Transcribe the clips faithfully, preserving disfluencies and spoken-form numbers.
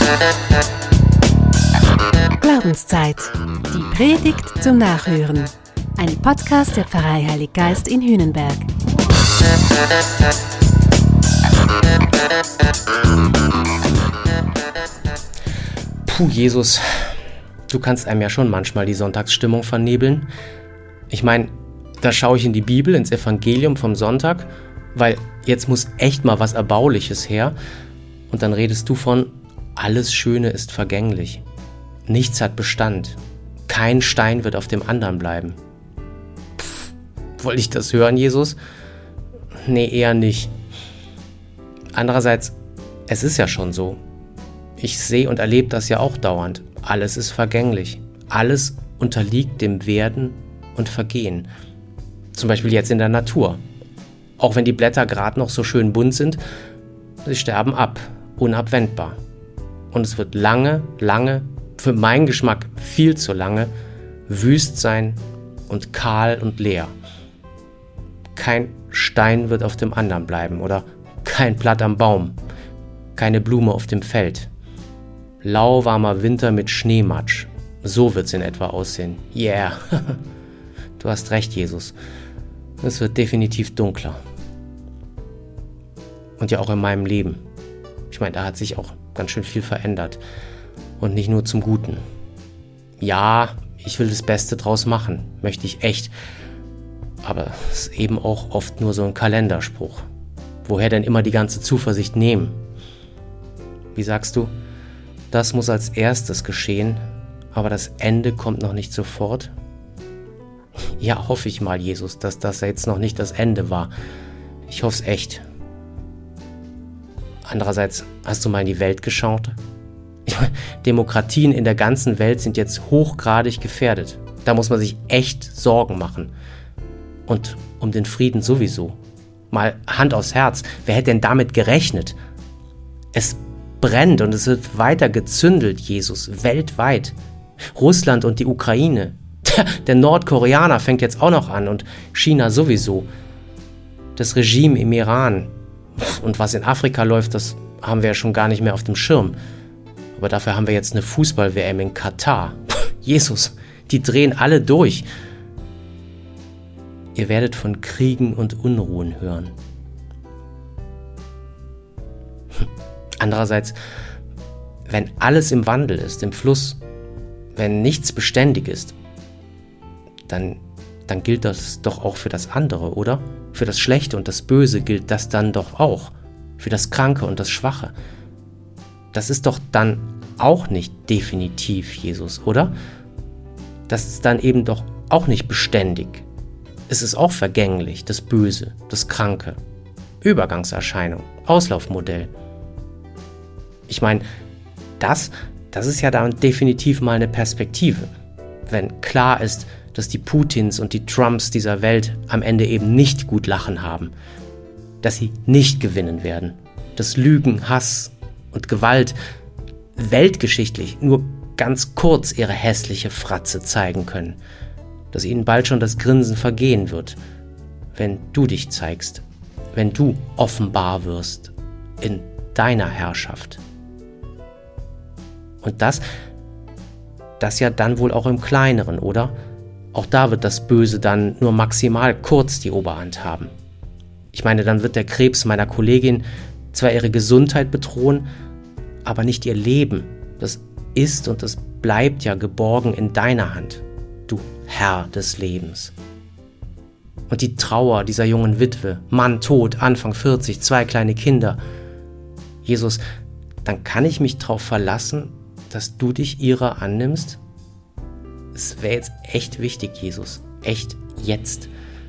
Glaubenszeit. Die Predigt zum Nachhören. Ein Podcast der Pfarrei Heilig Geist in Hühnenberg. Puh, Jesus, du kannst einem ja schon manchmal die Sonntagsstimmung vernebeln. Ich meine, da schaue ich in die Bibel, ins Evangelium vom Sonntag, weil jetzt muss echt mal was Erbauliches her. Und dann redest du von, alles Schöne ist vergänglich. Nichts hat Bestand. Kein Stein wird auf dem anderen bleiben. Pff, wollte ich das hören, Jesus? Nee, eher nicht. Andererseits, es ist ja schon so. Ich sehe und erlebe das ja auch dauernd. Alles ist vergänglich. Alles unterliegt dem Werden und Vergehen. Zum Beispiel jetzt in der Natur. Auch wenn die Blätter gerade noch so schön bunt sind, sie sterben ab, unabwendbar. Und es wird lange, lange, für meinen Geschmack viel zu lange, wüst sein und kahl und leer. Kein Stein wird auf dem anderen bleiben oder kein Blatt am Baum, keine Blume auf dem Feld. Lauwarmer Winter mit Schneematsch, so wird's in etwa aussehen. Yeah, du hast recht, Jesus. Es wird definitiv dunkler. Und ja auch in meinem Leben. Ich meine, da hat sich auch ganz schön viel verändert. Und nicht nur zum Guten. Ja, ich will das Beste draus machen, möchte ich echt. Aber es ist eben auch oft nur so ein Kalenderspruch. Woher denn immer die ganze Zuversicht nehmen? Wie sagst du? Das muss als erstes geschehen, aber das Ende kommt noch nicht sofort? Ja, hoffe ich mal, Jesus, dass das jetzt noch nicht das Ende war. Ich hoffe es echt. Andererseits, hast du mal in die Welt geschaut? Demokratien in der ganzen Welt sind jetzt hochgradig gefährdet. Da muss man sich echt Sorgen machen. Und um den Frieden sowieso. Mal Hand aufs Herz, wer hätte denn damit gerechnet? Es brennt und es wird weiter gezündelt, Jesus, weltweit. Russland und die Ukraine. Der Nordkoreaner fängt jetzt auch noch an und China sowieso. Das Regime im Iran und was in Afrika läuft, das haben wir ja schon gar nicht mehr auf dem Schirm. Aber dafür haben wir jetzt eine Fußball-W M in Katar. Jesus, die drehen alle durch. Ihr werdet von Kriegen und Unruhen hören. Andererseits, wenn alles im Wandel ist, im Fluss, wenn nichts beständig ist, dann, dann gilt das doch auch für das andere, oder? Für das Schlechte und das Böse gilt das dann doch auch. Für das Kranke und das Schwache. Das ist doch dann auch nicht definitiv, Jesus, oder? Das ist dann eben doch auch nicht beständig. Es ist auch vergänglich, das Böse, das Kranke. Übergangserscheinung, Auslaufmodell. Ich meine, das, das ist ja dann definitiv mal eine Perspektive. Wenn klar ist, dass die Putins und die Trumps dieser Welt am Ende eben nicht gut lachen haben. Dass sie nicht gewinnen werden. Dass Lügen, Hass und Gewalt weltgeschichtlich nur ganz kurz ihre hässliche Fratze zeigen können. Dass ihnen bald schon das Grinsen vergehen wird, wenn du dich zeigst, wenn du offenbar wirst in deiner Herrschaft. Und das, das ja dann wohl auch im Kleineren, oder? Auch da wird das Böse dann nur maximal kurz die Oberhand haben. Ich meine, dann wird der Krebs meiner Kollegin zwar ihre Gesundheit bedrohen, aber nicht ihr Leben. Das ist und das bleibt ja geborgen in deiner Hand, du Herr des Lebens. Und die Trauer dieser jungen Witwe, Mann tot, Anfang vierzig, zwei kleine Kinder. Jesus, dann kann ich mich drauf verlassen, dass du dich ihrer annimmst? Es wäre jetzt echt wichtig, Jesus. Echt jetzt.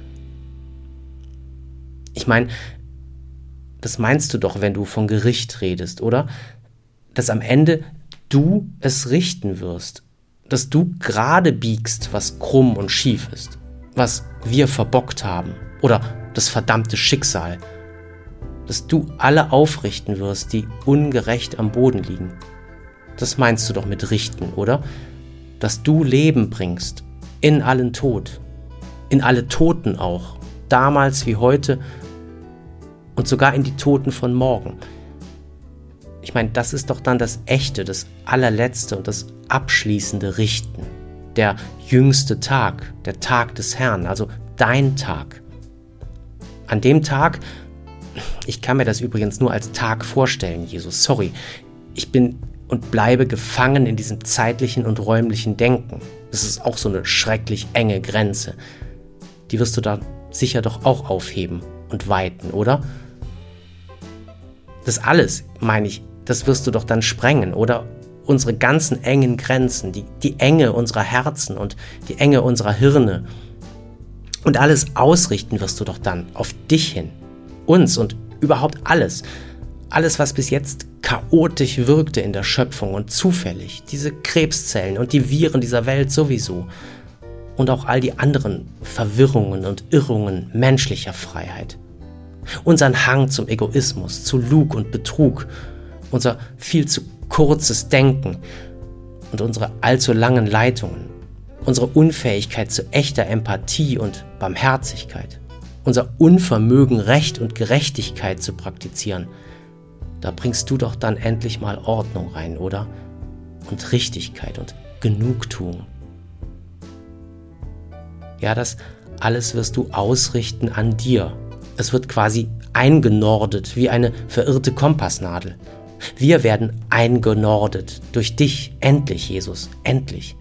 Ich meine, das meinst du doch, wenn du von Gericht redest, oder? Dass am Ende du es richten wirst. Dass du gerade biegst, was krumm und schief ist. Was wir verbockt haben. Oder das verdammte Schicksal. Dass du alle aufrichten wirst, die ungerecht am Boden liegen. Das meinst du doch mit richten, oder? Dass du Leben bringst, in allen Tod, in alle Toten auch, damals wie heute und sogar in die Toten von morgen. Ich Ich meine, das ist doch dann das echte, das allerletzte und das abschließende Richten. Der jüngste Tag, der Tag des Herrn, also dein Tag. An dem Tag, ich kann mir das übrigens nur als Tag vorstellen, Jesus, sorry, ich bin und bleibe gefangen in diesem zeitlichen und räumlichen Denken. Das ist auch so eine schrecklich enge Grenze. Die wirst du da sicher doch auch aufheben und weiten, oder? Das alles, meine ich, das wirst du doch dann sprengen, oder? Unsere ganzen engen Grenzen, die, die Enge unserer Herzen und die Enge unserer Hirne. Und alles ausrichten wirst du doch dann auf dich hin, uns und überhaupt alles. Alles, was bis jetzt chaotisch wirkte in der Schöpfung und zufällig, diese Krebszellen und die Viren dieser Welt sowieso. Und auch all die anderen Verwirrungen und Irrungen menschlicher Freiheit. Unseren Hang zum Egoismus, zu Lug und Betrug, unser viel zu kurzes Denken und unsere allzu langen Leitungen, unsere Unfähigkeit zu echter Empathie und Barmherzigkeit, unser Unvermögen, Recht und Gerechtigkeit zu praktizieren, da bringst du doch dann endlich mal Ordnung rein, oder? Und Richtigkeit und Genugtuung. Ja, das alles wirst du ausrichten an dir. Es wird quasi eingenordet, wie eine verirrte Kompassnadel. Wir werden eingenordet durch dich, endlich, Jesus, endlich.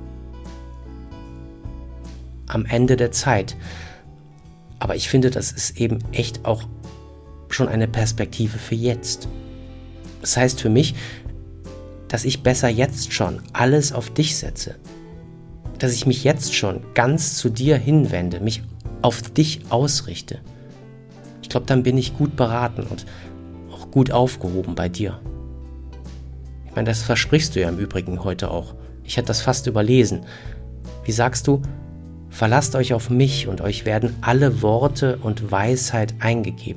Am Ende der Zeit. Aber ich finde, das ist eben echt auch schon eine Perspektive für jetzt. Das heißt für mich, dass ich besser jetzt schon alles auf dich setze. Dass ich mich jetzt schon ganz zu dir hinwende, mich auf dich ausrichte. Ich glaube, dann bin ich gut beraten und auch gut aufgehoben bei dir. Ich meine, das versprichst du ja im Übrigen heute auch. Ich hätte das fast überlesen. Wie sagst du? Verlasst euch auf mich und euch werden alle Worte und Weisheit eingegeben.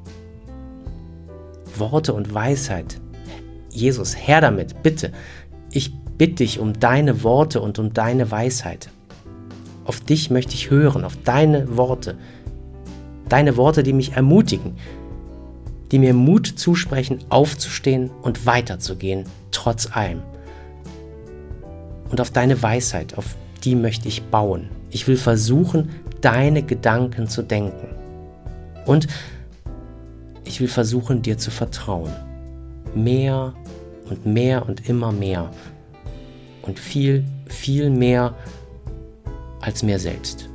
Worte und Weisheit. Jesus, her damit, bitte. Ich bitte dich um deine Worte und um deine Weisheit. Auf dich möchte ich hören, auf deine Worte. Deine Worte, die mich ermutigen, die mir Mut zusprechen, aufzustehen und weiterzugehen, trotz allem. Und auf deine Weisheit, auf die möchte ich bauen. Ich will versuchen, deine Gedanken zu denken. Und ich will versuchen, dir zu vertrauen. Mehr und mehr und immer mehr. Und viel, viel mehr als mir selbst.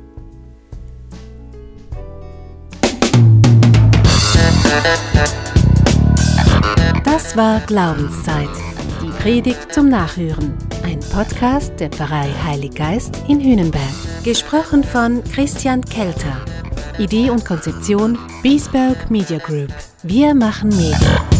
Das war Glaubenszeit. Die Predigt zum Nachhören. Ein Podcast der Pfarrei Heilig Geist in Hünenberg. Gesprochen von Christian Kelter. Idee und Konzeption Biesberg Media Group. Wir machen Medien.